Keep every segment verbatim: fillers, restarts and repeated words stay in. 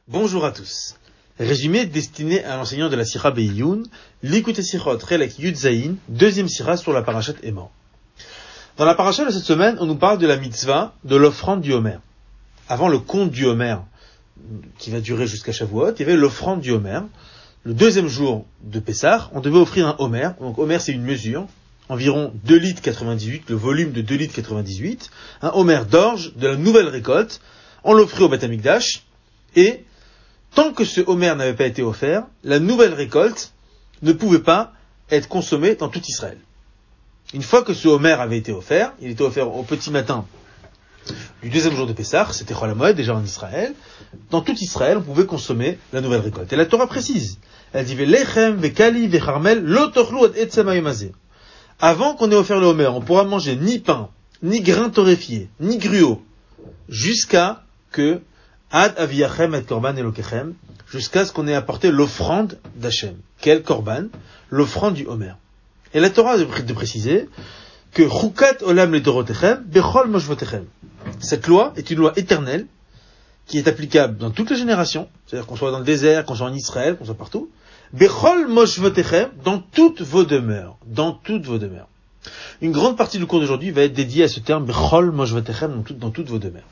Bonjour à tous. Résumé destiné à l'enseignant de la Sira Be'iyun, l'Ikutei Sichot Relek Yud Zayin, deuxième Sira sur la parashat Emor. Dans la parasha de cette semaine, on nous parle de la mitzvah de l'offrande du Homer. Avant le conte du Homer, qui va durer jusqu'à Shavuot, il y avait l'offrande du Homer. Le deuxième jour de Pessah, on devait offrir un Homer. Donc Homer, c'est une mesure, environ deux litres quatre-vingt-dix-huit, le volume de deux litres quatre-vingt-dix-huit, un Homer d'orge de la nouvelle récolte. On l'offrait au Beth Amikdash, et tant que ce Homer n'avait pas été offert, la nouvelle récolte ne pouvait pas être consommée dans tout Israël. Une fois que ce Homer avait été offert, il était offert au petit matin du deuxième jour de Pessah, c'était Chol HaMoed, déjà en Israël. Dans tout Israël, on pouvait consommer la nouvelle récolte. Et la Torah précise, elle dit Velechem, Vekali, Vecharmel, lo tochlu ad etzem hayom. Avant qu'on ait offert le Homer, on pourra manger ni pain, ni grain torréfié, ni gruau, jusqu'à que Ad aviyachem et korban elokechem, jusqu'à ce qu'on ait apporté l'offrande d'Hachem. Quel korban? L'offrande du Homer. Et la Torah a de préciser que chukat olam ledorotechem bechol moshvotechem. Cette loi est une loi éternelle qui est applicable dans toutes les générations, c'est-à-dire qu'on soit dans le désert, qu'on soit en Israël, qu'on soit partout. Bechol moshvotechem, dans toutes vos demeures, dans toutes vos demeures. Une grande partie du cours d'aujourd'hui va être dédiée à ce terme bechol moshvotechem, dans, tout, dans toutes vos demeures.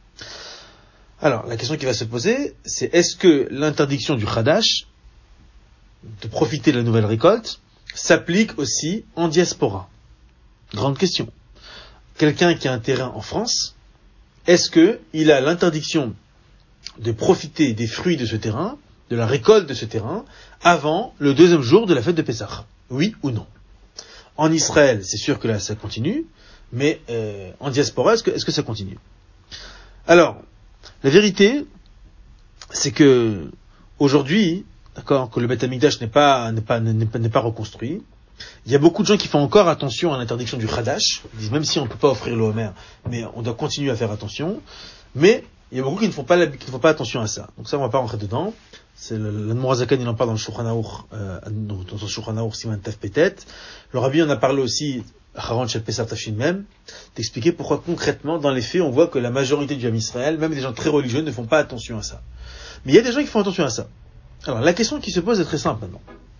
Alors, la question qui va se poser, c'est est-ce que l'interdiction du Chadash, de profiter de la nouvelle récolte, s'applique aussi en diaspora? Grande question. Quelqu'un qui a un terrain en France, est-ce qu'il a l'interdiction de profiter des fruits de ce terrain, de la récolte de ce terrain, avant le deuxième jour de la fête de Pessah? Oui ou non? En Israël, c'est sûr que là, ça continue, mais euh, en diaspora, est-ce que, est-ce que ça continue? Alors, la vérité, c'est que aujourd'hui, d'accord, que le Beth Amikdash n'est pas, n'est pas, n'est pas, n'est pas reconstruit, il y a beaucoup de gens qui font encore attention à l'interdiction du Chadash. Ils disent même si on ne peut pas offrir le Homer, mais on doit continuer à faire attention. Mais il y a beaucoup qui ne font pas, qui ne font pas attention à ça. Donc ça, on ne va pas rentrer dedans. C'est l'Admor HaZaken, il en parle dans le Shulchan Aruch, euh, dans son Shulchan Aruch Siman Taf Petet. Le Rabbi en a parlé aussi. Haran Shel Pesach Tafshin même, d'expliquer pourquoi concrètement, dans les faits, on voit que la majorité du Ham Israël, même des gens très religieux, ne font pas attention à ça. Mais il y a des gens qui font attention à ça. Alors, la question qui se pose est très simple maintenant.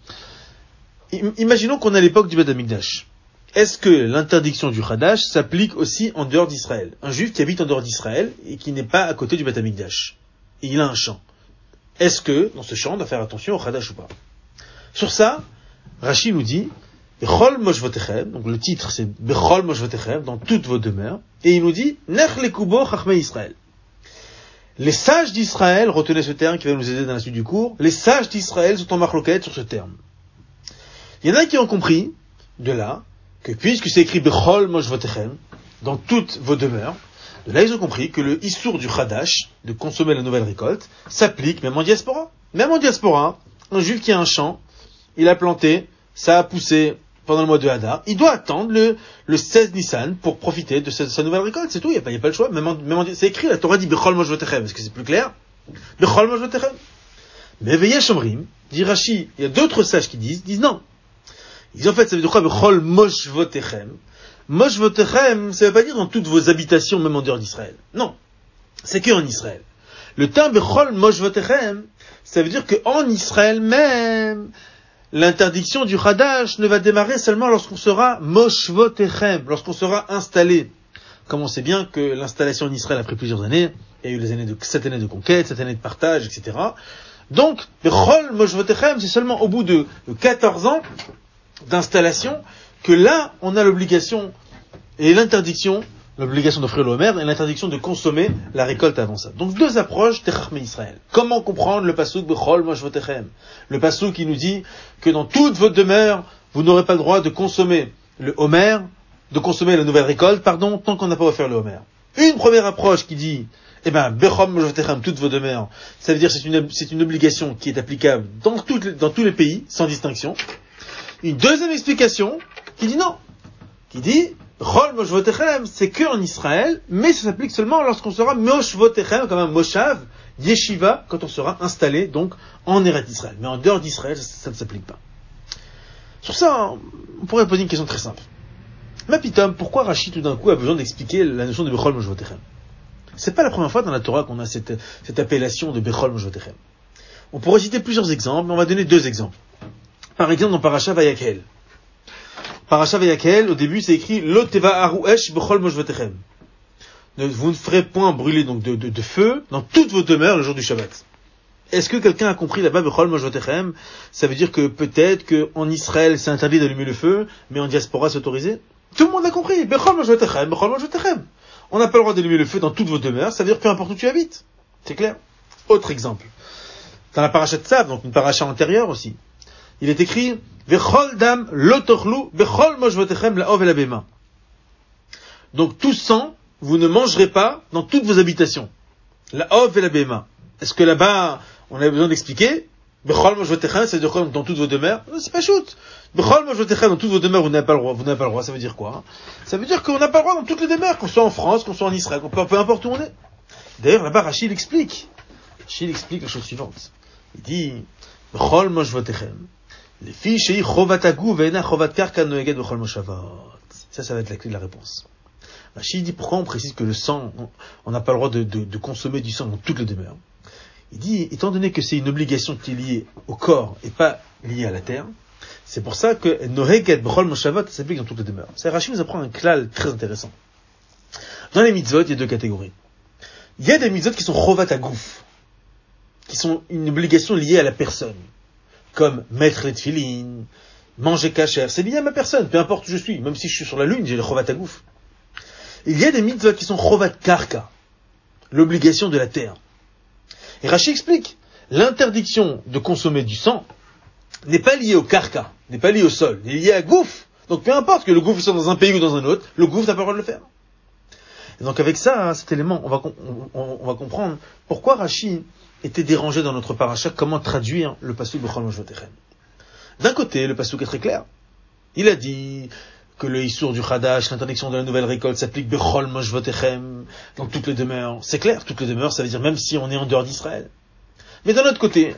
Imaginons qu'on est à l'époque du Beth Amikdash. Est-ce que l'interdiction du Chadash s'applique aussi en dehors d'Israël? Un juif qui habite en dehors d'Israël et qui n'est pas à côté du Beth Amikdash. Et il a un champ. Est-ce que, dans ce champ, on doit faire attention au Chadash ou pas? Sur ça, Rashi nous dit, Bechol moshvotechem, donc le titre c'est Bechol moshvotechem, dans toutes vos demeures, et il nous dit Nech lekubo chachmei Israël. Les sages d'Israël, retenez ce terme qui va nous aider dans la suite du cours, les sages d'Israël sont en marloquette sur ce terme. Il y en a qui ont compris, de là, que puisque c'est écrit Bechol moshvotechem, dans toutes vos demeures, de là ils ont compris que le issour du Chadash, de consommer la nouvelle récolte, s'applique même en diaspora. Même en diaspora, un juif qui a un champ, il a planté, ça a poussé pendant le mois de Hadar, il doit attendre le, le seize Nissan pour profiter de sa, sa nouvelle récolte, c'est tout, il n'y a, a pas le choix. Même en, même en, c'est écrit, la Torah dit Bechol moshvotechem, est-ce que c'est plus clair? Bechol moshvotechem. Mais Veyesh Omrim, dit Rashi, il y a d'autres sages qui disent, disent non. Ils disent en fait, ça veut dire quoi Bechol moshvotechem? Moshvotechem, ça veut pas dire dans toutes vos habitations, même en dehors d'Israël. Non, c'est que en Israël. Le terme Bechol moshvotechem, ça veut dire que en Israël même, l'interdiction du Chadash ne va démarrer seulement lorsqu'on sera moshvotechem, lorsqu'on sera installé. Comme on sait bien que l'installation en Israël a pris plusieurs années, il y a eu les années de, sept années de conquête, sept années de partage, et cetera. Donc, Bechol moshvotechem, c'est seulement au bout de quatorze ans d'installation que là, on a l'obligation et l'interdiction, l'obligation d'offrir le Homer et l'interdiction de consommer la récolte avant ça. Donc deux approches de Chachmei Israël. Comment comprendre le pasuk Bechol moshvotechem? Le pasuk qui nous dit que dans toutes vos demeures, vous n'aurez pas le droit de consommer le Homer, de consommer la nouvelle récolte, pardon, tant qu'on n'a pas offert le Homer. Une première approche qui dit, eh ben, Bechol moshvotechem, toutes vos demeures, ça veut dire que c'est une, c'est une obligation qui est applicable dans, toutes les, dans tous les pays, sans distinction. Une deuxième explication qui dit non, qui dit Chol moshvotechem, c'est que en Israël, mais ça s'applique seulement lorsqu'on sera moshvotechem, comme un moshav, yeshiva, quand on sera installé donc en Eretz Israël. Mais en dehors d'Israël, ça, ça ne s'applique pas. Sur ça, on pourrait poser une question très simple. Ma pitom, pourquoi Rashi tout d'un coup a besoin d'expliquer la notion de Bechol moshvotechem? C'est pas la première fois dans la Torah qu'on a cette, cette appellation de Bechol Moshvotechem. On pourrait citer plusieurs exemples, mais on va donner deux exemples. Par exemple, dans Parasha Vayakel. Parasha Vayakel, au début, c'est écrit Lo teva aru esh bechol moshvotechem. Vous ne ferez point brûler donc de, de, de feu dans toutes vos demeures le jour du Shabbat. Est-ce que quelqu'un a compris là-bas bechol moshvotechem? Ça veut dire que peut-être qu'en Israël c'est interdit d'allumer le feu, mais en diaspora c'est autorisé? Tout le monde a compris. Bechol moshvotechem, bechol moshvotechem. On n'a pas le droit d'allumer le feu dans toutes vos demeures, ça veut dire peu importe où tu habites. C'est clair? Autre exemple. Dans la paracha de Tzav, donc une paracha antérieure aussi, il est écrit Vechol dam lo tochlu bechol moshvotechem laov et la bema. Donc tout sang, vous ne mangerez pas dans toutes vos habitations. Laov et la bema. Est-ce que là-bas, on a besoin d'expliquer Bechol moshvotechem, ça veut dire quoi dans toutes vos demeures? C'est pas shoot. Bechol moshvotechem, dans toutes vos demeures, vous n'avez pas le droit. Vous n'avez pas le droit, ça veut dire quoi? Ça veut dire qu'on n'a pas le droit dans toutes les demeures, qu'on soit en France, qu'on soit en Israël, qu'on peut, peu importe où on est. D'ailleurs, là-bas, Rachid explique. Rachid explique la chose suivante. Il dit Bechol moshvotechem. Les filles chez chovat agou ve'ena chovat karka noeged bechol moshavot. Ça, ça va être la clé de la réponse. Rachid dit pourquoi on précise que le sang, on n'a pas le droit de, de, de consommer du sang dans toutes les demeures. Il dit, étant donné que c'est une obligation qui est liée au corps et pas liée à la terre, c'est pour ça que noeged bechol moshavot s'applique dans toutes les demeures. Ça, Rachid nous apprend un klal très intéressant. Dans les mitzvot, il y a deux catégories. Il y a des mitzvot qui sont chovat agouf, qui sont une obligation liée à la personne. Comme mettre les tefilines, manger kasher, c'est lié à ma personne, peu importe où je suis, même si je suis sur la lune, j'ai le chovat agouf. Il y a des mitzvot qui sont chovat karka, l'obligation de la terre. Et Rashi explique, l'interdiction de consommer du sang n'est pas liée au karka, n'est pas liée au sol, elle est liée à gouf. Donc peu importe que le gouf soit dans un pays ou dans un autre, le gouf n'a pas le droit de le faire. Et donc avec ça, hein, cet élément, on va, on, on va comprendre pourquoi Rashi était dérangé dans notre paracha, comment traduire le pasuk bechol moshvotechem. D'un côté, le pasuk est très clair. Il a dit que le issour du chadash, l'interdiction de la nouvelle récolte, s'applique bechol moshvotechem dans toutes les demeures. C'est clair, toutes les demeures, ça veut dire même si on est en dehors d'Israël. Mais d'un autre côté,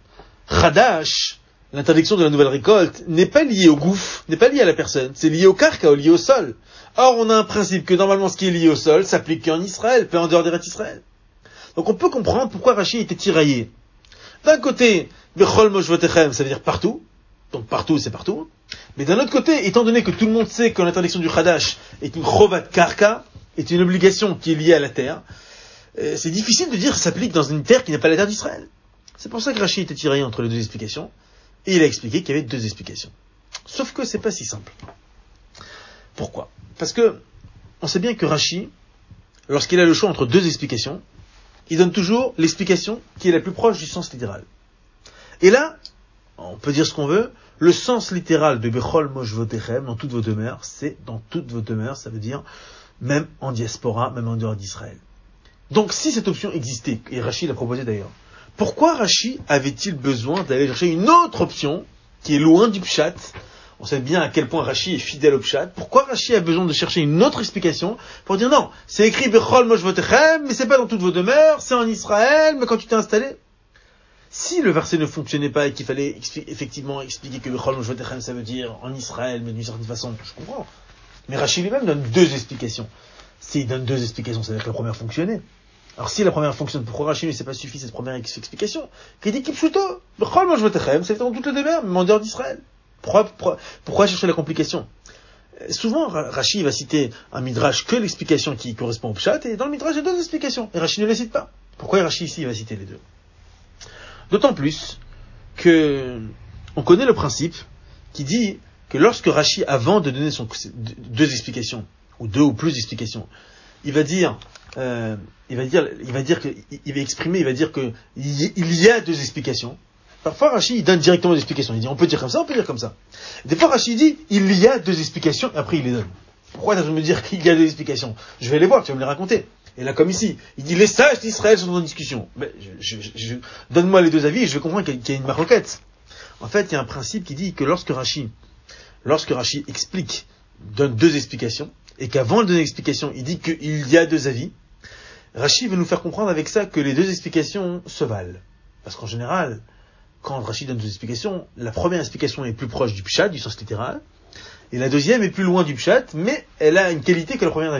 chadash, l'interdiction de la nouvelle récolte, n'est pas liée au gouffre, n'est pas liée à la personne, c'est lié au karka, lié au sol. Or, on a un principe que normalement ce qui est lié au sol s'applique qu'en Israël, pas en dehors d'Eretz Israël. Donc on peut comprendre pourquoi Rashi était tiraillé. D'un côté, bechol moshvotechem, ça veut dire partout. Donc partout, c'est partout. Mais d'un autre côté, étant donné que tout le monde sait que l'interdiction du chadash est une chovat karka, est une obligation qui est liée à la terre, euh, c'est difficile de dire que ça s'applique dans une terre qui n'est pas la terre d'Israël. C'est pour ça que Rashi était tiraillé entre les deux explications. Et il a expliqué qu'il y avait deux explications. Sauf que c'est pas si simple. Pourquoi? Parce que, on sait bien que Rashi, lorsqu'il a le choix entre deux explications, il donne toujours l'explication qui est la plus proche du sens littéral. Et là, on peut dire ce qu'on veut, le sens littéral de bechol moshvotechem, dans toutes vos demeures, c'est dans toutes vos demeures, ça veut dire même en diaspora, même en dehors d'Israël. Donc si cette option existait, et Rashi l'a proposé d'ailleurs, pourquoi Rashi avait-il besoin d'aller chercher une autre option qui est loin du pshat? On sait bien à quel point Rashi est fidèle au pshat. Pourquoi Rashi a besoin de chercher une autre explication pour dire non, c'est écrit bechol moshvotechem, mais c'est pas dans toutes vos demeures, c'est en Israël, mais quand tu t'es installé. Si le verset ne fonctionnait pas et qu'il fallait expli- effectivement expliquer que bechol moshvotechem ça veut dire en Israël, mais d'une certaine façon, je comprends. Mais Rashi lui-même donne deux explications. S'il donne deux explications, ça veut dire que la première fonctionnait. Alors si la première fonctionne, pourquoi Rashi ne s'est pas suffi cette première explication? Qui dit kipshuto, bechol moshvotechem, c'est dans toutes les demeures, même en dehors d'Israël. Pourquoi, pourquoi, pourquoi chercher la complication? Souvent, Rashi va citer un midrash que l'explication qui correspond au pshat, et dans le midrash, il y a deux explications, et Rashi ne les cite pas. Pourquoi Rashi ici va citer les deux? D'autant plus que on connaît le principe qui dit que lorsque Rashi, avant de donner son, deux explications, ou deux ou plus d'explications, il va dire, euh, il va dire, il va dire que, il va exprimer, il va dire que il y a deux explications. Parfois, Rashi, il donne directement des explications. Il dit, on peut dire comme ça, on peut dire comme ça. Des fois, Rashi dit, il y a deux explications, et après, il les donne. Pourquoi tu vas me dire qu'il y a deux explications? Je vais les voir, tu vas me les raconter. Et là, comme ici, il dit, les sages d'Israël sont en discussion. Mais, je, je, je, donne-moi les deux avis, et je vais comprendre qu'il y a une maroquette. En fait, il y a un principe qui dit que lorsque Rashi, lorsque Rashi explique, donne deux explications, et qu'avant de donner l'explication, il dit qu'il y a deux avis, Rashi veut nous faire comprendre avec ça que les deux explications se valent. Parce qu'en général, quand Rashi donne deux explications, la première explication est plus proche du pshat, du sens littéral, et la deuxième est plus loin du pshat, mais elle a une qualité que la première n'avait pas.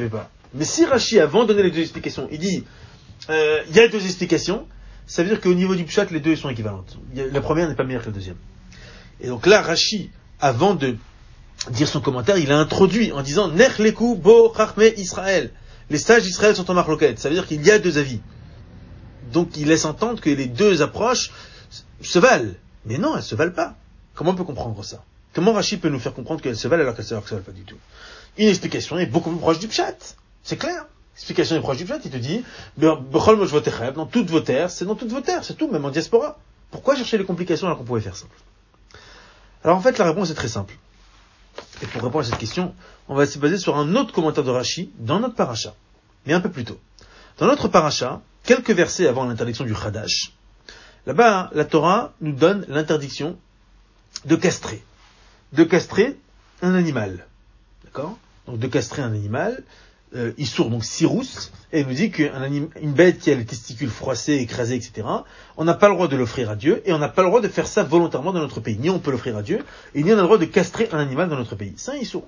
Mais si Rashi, avant de donner les deux explications, il dit, euh, il y a deux explications, ça veut dire qu'au niveau du pshat, les deux sont équivalentes. La première n'est pas meilleure que la deuxième. Et donc là, Rashi, avant de dire son commentaire, il a introduit en disant, Nech leku bo chachme Israël. Les sages d'Israël sont en marloquette. Ça veut dire qu'il y a deux avis. Donc il laisse entendre que les deux approches se valent. Mais non, elles ne se valent pas. Comment on peut comprendre ça? Comment Rashi peut nous faire comprendre qu'elles se valent alors qu'elles ne se valent pas du tout? Une explication est beaucoup plus proche du pshat. C'est clair. L'explication est proche du pshat. Il te dit, dans toutes vos terres, c'est dans toutes vos terres, c'est tout, même en diaspora. Pourquoi chercher les complications alors qu'on pouvait faire simple? Alors en fait, la réponse est très simple. Et pour répondre à cette question, on va se baser sur un autre commentaire de Rashi dans notre paracha, mais un peu plus tôt. Dans notre paracha, quelques versets avant l'interdiction du Chadash, là-bas, la Torah nous donne l'interdiction de castrer. De castrer un animal. D'accord? Donc de castrer un animal, euh, Issour, donc Sirus, et il nous dit qu'une bête qui a les testicules froissés, écrasés, et cetera, on n'a pas le droit de l'offrir à Dieu, et on n'a pas le droit de faire ça volontairement dans notre pays. Ni on peut l'offrir à Dieu, et ni on a le droit de castrer un animal dans notre pays. C'est un Issour.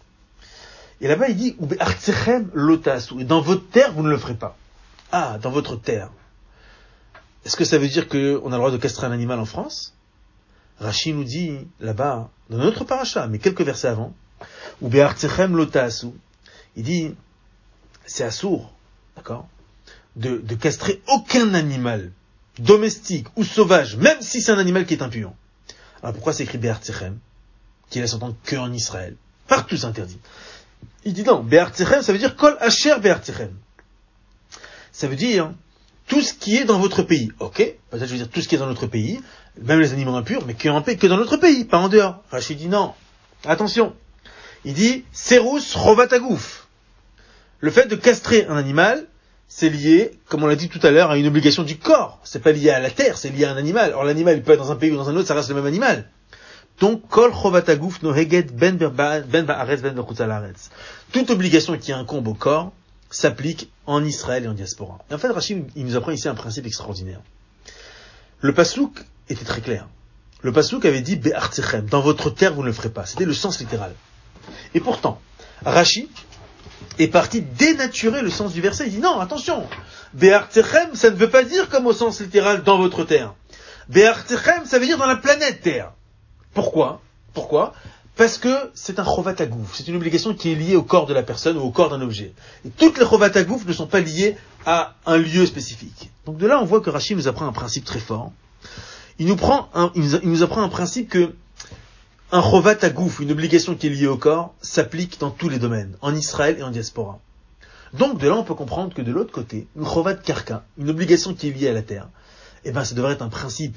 Et là-bas, il dit, et dans votre terre, vous ne le ferez pas. Ah, dans votre terre. Est-ce que ça veut dire qu'on a le droit de castrer un animal en France? Rashi nous dit, là-bas, dans notre paracha, mais quelques versets avant, ou be'artechem lotasu, il dit, c'est assour, d'accord, de, de castrer aucun animal, domestique ou sauvage, même si c'est un animal qui est impur. Alors pourquoi c'est écrit be'artechem, qui laisse entendre que en Israël? Partout c'est interdit. Il dit non, be'artechem, ça veut dire kol asher be'artechem. Ça veut dire tout ce qui est dans votre pays. Ok, peut-être je veux dire tout ce qui est dans notre pays, même les animaux impurs, mais que, en, que dans notre pays, pas en dehors. Rachid dit non. Attention. Il dit serus rovatagouf. Le fait de castrer un animal, c'est lié, comme on l'a dit tout à l'heure, à une obligation du corps. C'est pas lié à la terre, c'est lié à un animal. Or l'animal, il peut être dans un pays ou dans un autre, ça reste le même animal. Donc kol rovatagouf no heget ben ben ba'aretz ben bechutz ha'aretz. Toute obligation qui incombe au corps s'applique en Israël et en diaspora. Et en fait, Rachid, il nous apprend ici un principe extraordinaire. Le pasouk était très clair. Le pasouk avait dit be'artechem, dans votre terre vous ne le ferez pas. C'était le sens littéral. Et pourtant, Rachid est parti dénaturer le sens du verset. Il dit non, attention, be'artechem, ça ne veut pas dire comme au sens littéral dans votre terre. Be'artechem, ça veut dire dans la planète Terre. Pourquoi? Pourquoi? Parce que c'est un chovat agouf, c'est une obligation qui est liée au corps de la personne ou au corps d'un objet. Et toutes les chovat agouf ne sont pas liées à un lieu spécifique. Donc de là, on voit que Rashi nous apprend un principe très fort. Il nous, prend un, il nous, il nous apprend un principe que un chovat agouf, une obligation qui est liée au corps, s'applique dans tous les domaines, en Israël et en diaspora. Donc de là, on peut comprendre que de l'autre côté, une chovat karka, une obligation qui est liée à la terre, eh ben, ça devrait être un principe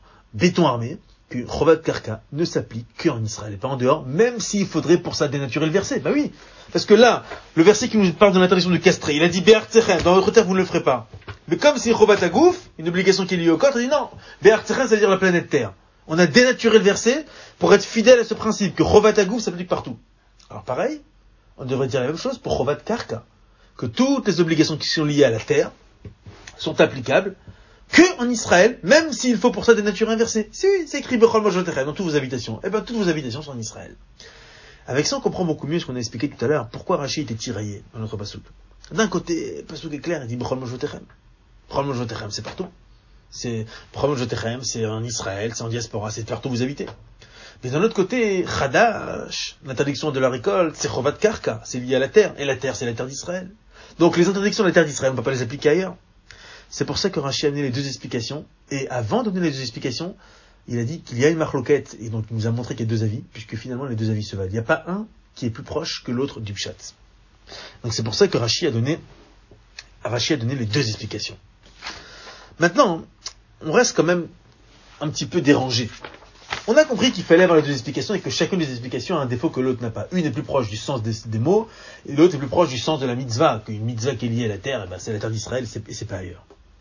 béton armé, que Chovat Karka ne s'applique qu'en Israël et pas en dehors, même s'il faudrait pour ça dénaturer le verset. Bah oui. Parce que là, le verset qui nous parle de l'interdiction de castrer, il a dit Be'artechem, dans votre terre vous ne le ferez pas. Mais comme c'est Chovat Agouf, une obligation qui est liée au corps, il dit non, Be'artechem, ça veut dire la planète Terre. On a dénaturé le verset pour être fidèle à ce principe, que Chovat Agouf s'applique partout. Alors pareil, on devrait dire la même chose pour Chovat Karka, que toutes les obligations qui sont liées à la terre sont applicables que en Israël, même s'il faut pour ça dénaturer un verset. Si oui, c'est écrit Bechol Mojotechem dans toutes vos habitations. Eh bien, toutes vos habitations sont en Israël. Avec ça, on comprend beaucoup mieux ce qu'on a expliqué tout à l'heure. Pourquoi Rashi était tiraillé dans notre pasouk. D'un côté, pasouk est clair, il dit Bechol Mojotechem. Bechol Mojotechem, c'est partout. C'est Bechol Mojotechem, c'est en Israël, c'est en diaspora, c'est partout où vous habitez. Mais d'un autre côté, Chadash, l'interdiction de la récolte, c'est Chovat Karka, c'est lié à la terre. Et la terre, c'est la terre d'Israël. Donc les interdictions de la terre d'Israël, on ne peut pas les appliquer ailleurs. C'est pour ça que Rashi a amené les deux explications, et avant de donner les deux explications, il a dit qu'il y a une marloquette, et donc il nous a montré qu'il y a deux avis, puisque finalement les deux avis se valent. Il n'y a pas un qui est plus proche que l'autre du pshat. Donc c'est pour ça que Rashi a donné, Rashi a donné les deux explications. Maintenant, on reste quand même un petit peu dérangé. On a compris qu'il fallait avoir les deux explications, et que chacune des explications a un défaut que l'autre n'a pas. Une est plus proche du sens des, des mots, et l'autre est plus proche du sens de la mitzvah, qu'une mitzvah qui est liée à la terre, et ben c'est la terre d'Israël, et c'est, et c'est pas ailleurs.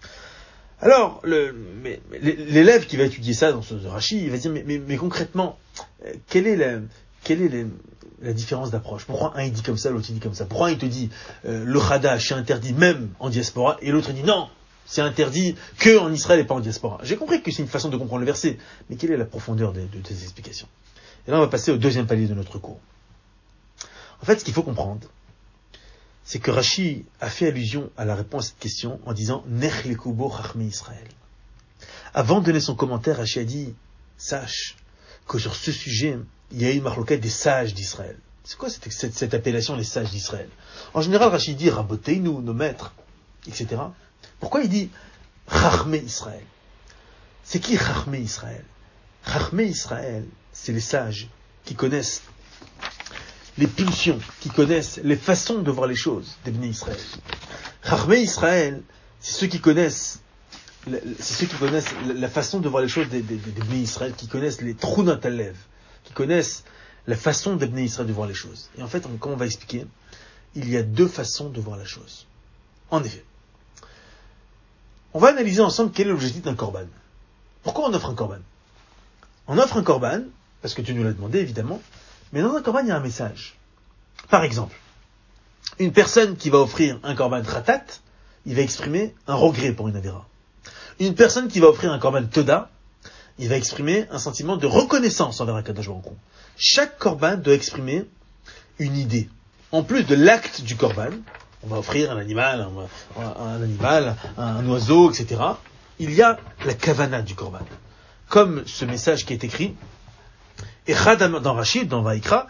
Alors, le, mais, mais, l'élève qui va étudier ça dans ce Rashi, il va dire, mais, mais, mais concrètement, euh, quelle est la, quelle est la, la différence d'approche? Pourquoi un il dit comme ça, l'autre il dit comme ça? Pourquoi un il te dit, euh, le Chadash est interdit même en diaspora, et l'autre dit non, c'est interdit que en Israël et pas en diaspora? J'ai compris que c'est une façon de comprendre le verset, mais quelle est la profondeur de, de, de ces explications? Et là, on va passer au deuxième palier de notre cours. En fait, ce qu'il faut comprendre, c'est que Rashi a fait allusion à la réponse à cette question en disant « Nech lekubo chachmei Israël ». Avant de donner son commentaire, Rashi a dit « Sache que sur ce sujet, il y a eu une marloquette des sages d'Israël ». C'est quoi cette, cette, cette appellation, les sages d'Israël? En général, Rashi dit « Raboteinu, nos maîtres », et cetera. Pourquoi il dit « Chachmei Israël » ? C'est qui Chachmei Israël? Chachmei Israël, c'est les sages qui connaissent les pulsions, qui connaissent les façons de voir les choses des Bnei Israël. Chachmei Israël, c'est ceux qui connaissent, c'est ceux qui connaissent la façon de voir les choses des, des, des Bnei Israël, qui connaissent les Trunat Halev, qui connaissent la façon des Bnei Israël de voir les choses. Et en fait, comme on va expliquer, il y a deux façons de voir la chose. En effet, on va analyser ensemble quel est l'objectif d'un korban. Pourquoi on offre un korban? On offre un korban, parce que tu nous l'as demandé évidemment, mais dans un korban, il y a un message. Par exemple, une personne qui va offrir un korban khatat, il va exprimer un regret pour une avéra. Une personne qui va offrir un korban toda, il va exprimer un sentiment de reconnaissance envers Akadosh Baruch Hu. Chaque korban doit exprimer une idée. En plus de l'acte du korban, on va offrir un animal, un, un animal, un oiseau, et cetera. Il y a la kavana du korban. Comme ce message qui est écrit, dans Rachid, dans Vaikra,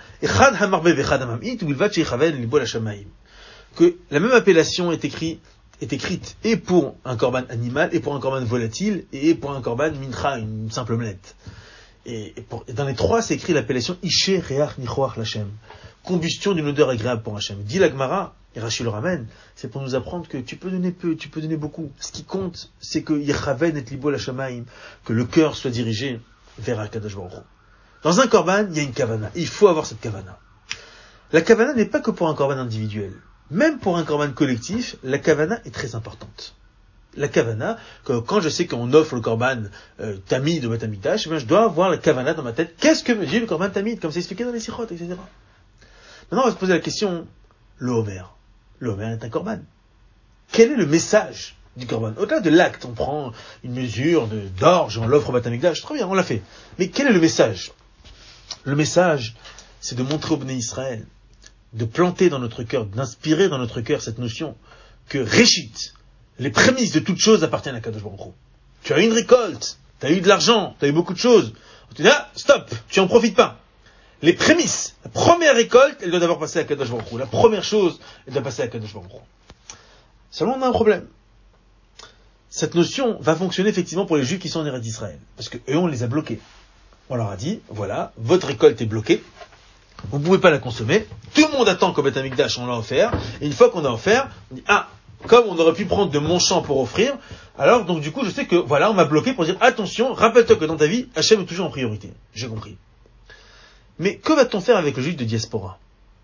que la même appellation est écrite, est écrite et pour un korban animal, et pour un korban volatile, et pour un korban mincha, une simple omelette. Et, et, pour, et dans les trois, c'est écrit l'appellation Ishe Reach Nichoach Lachem, combustion d'une odeur agréable pour Hachem. Dit la Gemara, et Rachid le ramène, c'est pour nous apprendre que tu peux donner peu, tu peux donner beaucoup. Ce qui compte, c'est que Yechaven et Libo Lachamaim, que le cœur soit dirigé vers Akadosh Baruch Hu. Dans un korban, il y a une kavana. Il faut avoir cette kavana. La kavana n'est pas que pour un korban individuel. Même pour un korban collectif, la kavana est très importante. La kavana, que quand je sais qu'on offre le korban euh, tamid au Beth Amikdash, je dois avoir la kavana dans ma tête. Qu'est-ce que me dit le korban tamid, comme c'est expliqué dans les sichot, et cetera. Maintenant, on va se poser la question, le homer. Le homer est un korban. Quel est le message du korban? Au-delà de l'acte, on prend une mesure de, d'orge, on l'offre au Beth Amikdash, très bien, on l'a fait. Mais quel est le message? Le message, c'est de montrer au Bnei Israël, de planter dans notre cœur, d'inspirer dans notre cœur cette notion que Réchit, les prémices de toute chose appartiennent à Kadosh Baruch Hu. Tu as eu une récolte, tu as eu de l'argent, tu as eu beaucoup de choses. Tu dis, ah, stop, tu en profites pas. Les prémices, la première récolte, elle doit d'abord passer à Kadosh Baruch Hu. La première chose, elle doit passer à Kadosh Baruch Hu. Seulement, on a un problème. Cette notion va fonctionner effectivement pour les Juifs qui sont en Eretz d'Israël. Parce que eux, on les a bloqués. On leur a dit, voilà, votre récolte est bloquée, vous ne pouvez pas la consommer, tout le monde attend qu'au Beth Amikdash on l'a offert, et une fois qu'on a offert, on dit, ah, comme on aurait pu prendre de mon champ pour offrir, alors donc du coup je sais que, voilà, on m'a bloqué pour dire, attention, rappelle-toi que dans ta vie, Hachem est toujours en priorité. J'ai compris. Mais que va-t-on faire avec les Juifs de diaspora,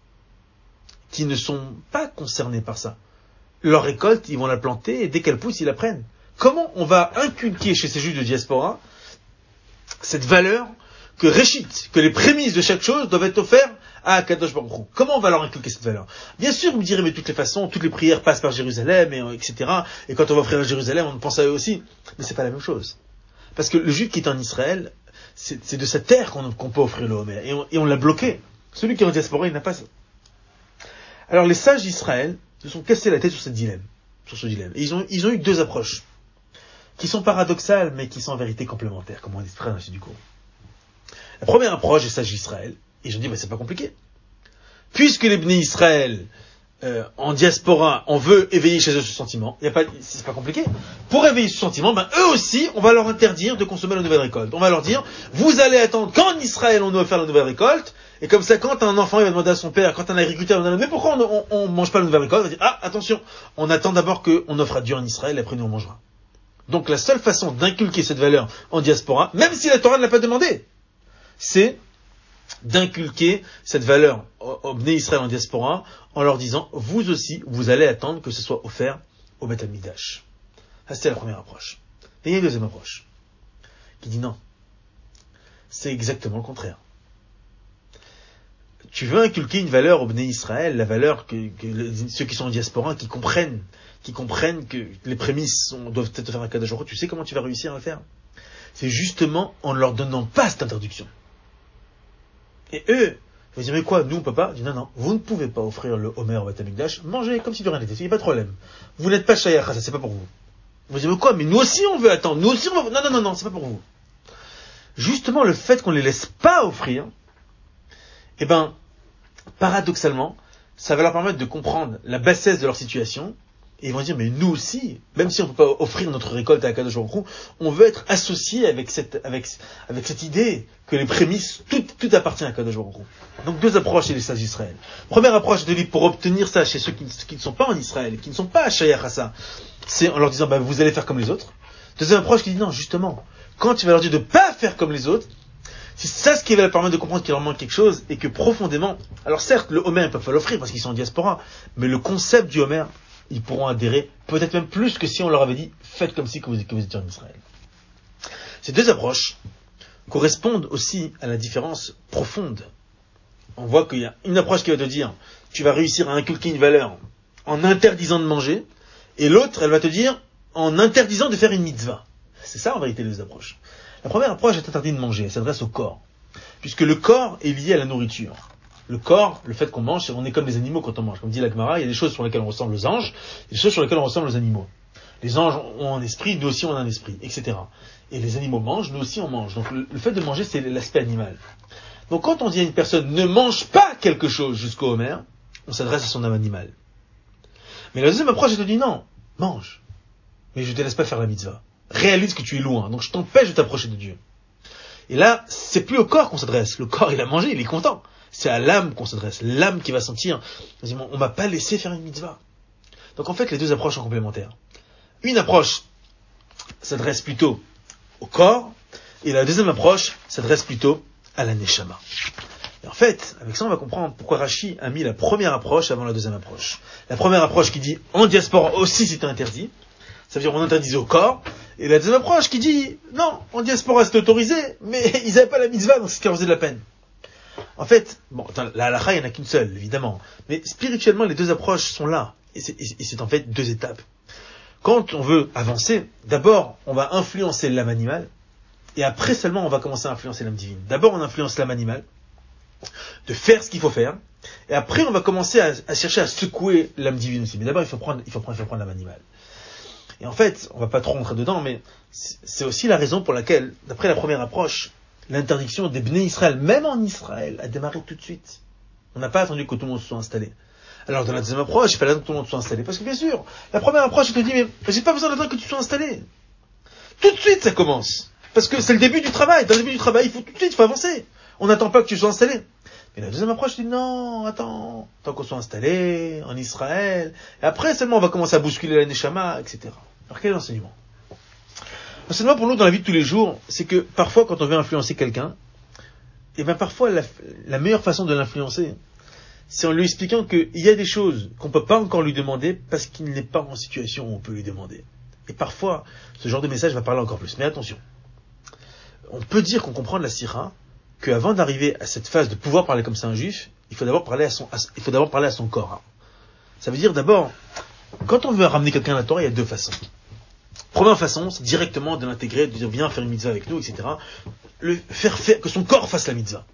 qui ne sont pas concernés par ça? Leur récolte, ils vont la planter, et dès qu'elle pousse, ils la prennent. Comment on va inculquer chez ces Juifs de diaspora cette valeur que Réchit, que les prémices de chaque chose doivent être offertes à Kadosh Baruch Hu? Comment on va leur inculquer cette valeur? Bien sûr, vous me direz, mais de toutes les façons, toutes les prières passent par Jérusalem, et, et cetera. Et quand on va offrir à Jérusalem, on pense à eux aussi. Mais c'est pas la même chose. Parce que le Juif qui est en Israël, c'est, c'est de sa terre qu'on, qu'on peut offrir le Homer. Et on, et on l'a bloqué. Celui qui est en diaspora, il n'a pas ça. Alors les sages d'Israël se sont cassés la tête sur ce dilemme. Sur ce dilemme. Et ils ont, ils ont eu deux approches, qui sont paradoxales, mais qui sont en vérité complémentaires, comme on dit très ainsi du cours. La première approche des sages d'Israël, et je dis, mais c'est pas compliqué. Puisque les Bnei Israël, euh, en diaspora, on veut éveiller chez eux ce sentiment, y a pas, c'est pas compliqué. Pour éveiller ce sentiment, ben, eux aussi, on va leur interdire de consommer la nouvelle récolte. On va leur dire, vous allez attendre qu'en Israël on doit faire la nouvelle récolte, et comme ça, quand un enfant il va demander à son père, quand un agriculteur va demander, mais pourquoi on, on, on mange pas la nouvelle récolte? On va dire, ah, attention, on attend d'abord qu'on offre à Dieu en Israël, et après nous on mangera. Donc la seule façon d'inculquer cette valeur en diaspora, même si la Torah ne l'a pas demandé, c'est d'inculquer cette valeur au Bnei Israël en diaspora en leur disant, vous aussi, vous allez attendre que ce soit offert au Beth Amikdash. Ça, c'était la première approche. Et il y a une deuxième approche qui dit non. C'est exactement le contraire. Tu veux inculquer une valeur au Bnei Israël, la valeur que, que les, ceux qui sont en diaspora, qui comprennent, qui comprennent que les prémices sont, doivent être offertes à Kadosh Baruch Hu, tu sais comment tu vas réussir à le faire? C'est justement en ne leur donnant pas cette introduction. Et eux, Il va dire, mais quoi, nous on peut pas? Il dit, non, non, vous ne pouvez pas offrir le Homer au Beth Amikdash, mangez comme si de rien n'était, il n'y a pas de problème. Vous n'êtes pas Shayach, ça c'est pas pour vous. Vous dites, mais quoi, mais nous aussi on veut attendre, nous aussi on veut... Non, non, non, non, c'est pas pour vous. Justement, le fait qu'on les laisse pas offrir, eh ben, paradoxalement, ça va leur permettre de comprendre la bassesse de leur situation, et ils vont dire, mais nous aussi, même si on ne peut pas offrir notre récolte à Akadosh Baruch Hu, on veut être associé avec cette, avec, avec cette idée que les prémices, tout, tout appartient à Akadosh Baruch Hu. Donc deux approches chez les sages d'Israël. Première approche de lui pour obtenir ça chez ceux qui, qui ne sont pas en Israël, qui ne sont pas à Shayach à ça, c'est en leur disant, bah, vous allez faire comme les autres. Deuxième approche qui dit, non, justement, quand tu vas leur dire de ne pas faire comme les autres, c'est ça ce qui va leur permettre de comprendre qu'il leur manque quelque chose, et que profondément, alors certes, le Homer, ils peuvent pas l'offrir parce qu'ils sont en diaspora, mais le concept du Homer, ils pourront adhérer, peut-être même plus que si on leur avait dit, faites comme si que vous, que vous étiez en Israël. Ces deux approches correspondent aussi à la différence profonde. On voit qu'il y a une approche qui va te dire, tu vas réussir à inculquer une valeur en interdisant de manger, et l'autre, elle va te dire, en interdisant de faire une mitzvah. C'est ça en vérité les deux approches. La première approche est interdite de manger, elle s'adresse au corps, puisque le corps est lié à la nourriture. Le corps, le fait qu'on mange, on est comme les animaux quand on mange. Comme dit la Gemara, il y a des choses sur lesquelles on ressemble aux anges, et des choses sur lesquelles on ressemble aux animaux. Les anges ont un esprit, nous aussi on a un esprit, et cetera. Et les animaux mangent, nous aussi on mange. Donc le, le fait de manger, c'est l'aspect animal. Donc quand on dit à une personne, ne mange pas quelque chose jusqu'au Homer, on s'adresse à son âme animale. Mais la deuxième approche, elle te dit non, mange. Mais je ne te laisse pas faire la mitzvah. Réalise que tu es loin, donc je t'empêche de t'approcher de Dieu. Et là, c'est plus au corps qu'on s'adresse. Le corps, il a mangé, il est content. C'est à l'âme qu'on s'adresse. L'âme qui va sentir, on m'a pas laissé faire une mitzvah. Donc en fait, les deux approches sont complémentaires. Une approche s'adresse plutôt au corps, et la deuxième approche s'adresse plutôt à la neshama. Et en fait, avec ça, on va comprendre pourquoi Rashi a mis la première approche avant la deuxième approche. La première approche qui dit, en diaspora aussi c'est interdit, ça veut dire on interdisait au corps, et la deuxième approche qui dit, non, en diaspora c'est autorisé, mais ils n'avaient pas la mitzvah, donc c'est ce qui leur faisait de la peine. En fait, bon, la halakha, il n'y en a qu'une seule, évidemment, mais spirituellement, les deux approches sont là, et c'est, et c'est en fait deux étapes. Quand on veut avancer, d'abord, on va influencer l'âme animale, et après seulement, on va commencer à influencer l'âme divine. D'abord, on influence l'âme animale, de faire ce qu'il faut faire, et après, on va commencer à, à chercher à secouer l'âme divine aussi. Mais d'abord, il faut prendre, il faut prendre, il faut prendre l'âme animale. Et en fait, on va pas trop rentrer dedans, mais c'est aussi la raison pour laquelle, d'après la première approche, l'interdiction des Bnei Israël, même en Israël, a démarré tout de suite. On n'a pas attendu que tout le monde soit installé. Alors dans la deuxième approche, il fallait attendre que tout le monde soit installé. Parce que bien sûr, la première approche, je te dis, mais j'ai pas besoin d'attendre que tu sois installé. Tout de suite, ça commence. Parce que c'est le début du travail. Dans le début du travail, il faut tout de suite, il faut avancer. On n'attend pas que tu sois installé. Mais la deuxième approche, je dis, non, attends, tant qu'on soit installé, en Israël, et après seulement on va commencer à bousculer la neshama, et cetera. Alors quel est l'enseignement? L'enseignement pour nous dans la vie de tous les jours, c'est que parfois quand on veut influencer quelqu'un, et bien parfois la, la meilleure façon de l'influencer, c'est en lui expliquant qu'il y a des choses qu'on ne peut pas encore lui demander parce qu'il n'est pas en situation où on peut lui demander. Et parfois, ce genre de message va parler encore plus. Mais attention, on peut dire qu'on comprend de la sira qu'avant d'arriver à cette phase de pouvoir parler comme ça à un juif, il faut d'abord parler à son, à, il faut d'abord parler à son corps. Ça veut dire d'abord, quand on veut ramener quelqu'un à la Torah, il y a deux façons. Première façon, c'est directement de l'intégrer, de dire viens faire une mitzvah avec nous, et cetera. Le faire, faire que son corps fasse la mitzvah.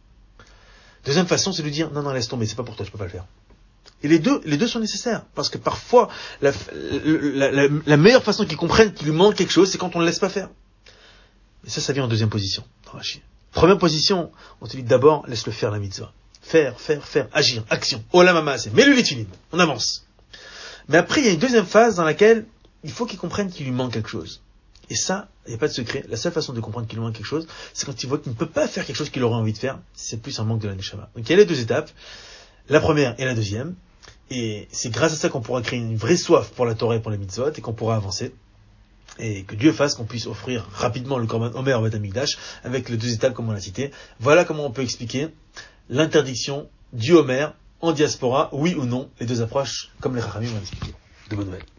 Deuxième façon, c'est de lui dire non, non, laisse tomber, c'est pas pour toi, tu peux pas le faire. Et les deux, les deux sont nécessaires, parce que parfois, la, la, la, la meilleure façon qu'il comprenne qu'il lui manque quelque chose, c'est quand on ne le laisse pas faire. Et ça, ça vient en deuxième position, dans Rashi. Première position, on te dit d'abord, laisse-le faire la mitzvah. Faire, faire, faire, agir, action. Olam hamaaseh, mets-le l'utilise, on avance. Mais après, il y a une deuxième phase dans laquelle il faut qu'il comprenne qu'il lui manque quelque chose. Et ça, il n'y a pas de secret. La seule façon de comprendre qu'il lui manque quelque chose, c'est quand il voit qu'il ne peut pas faire quelque chose qu'il aurait envie de faire. C'est plus un manque de la neshama. Donc il y a les deux étapes, la première et la deuxième. Et c'est grâce à ça qu'on pourra créer une vraie soif pour la Torah et pour les mitzvot, et qu'on pourra avancer. Et que Dieu fasse qu'on puisse offrir rapidement le Korban Homer au Beth Amikdash, avec les deux étapes comme on l'a cité. Voilà comment on peut expliquer l'interdiction du Homer en diaspora, oui ou non, les deux approches, comme les Chachamim ont expliqué. De bonnes nouvelles.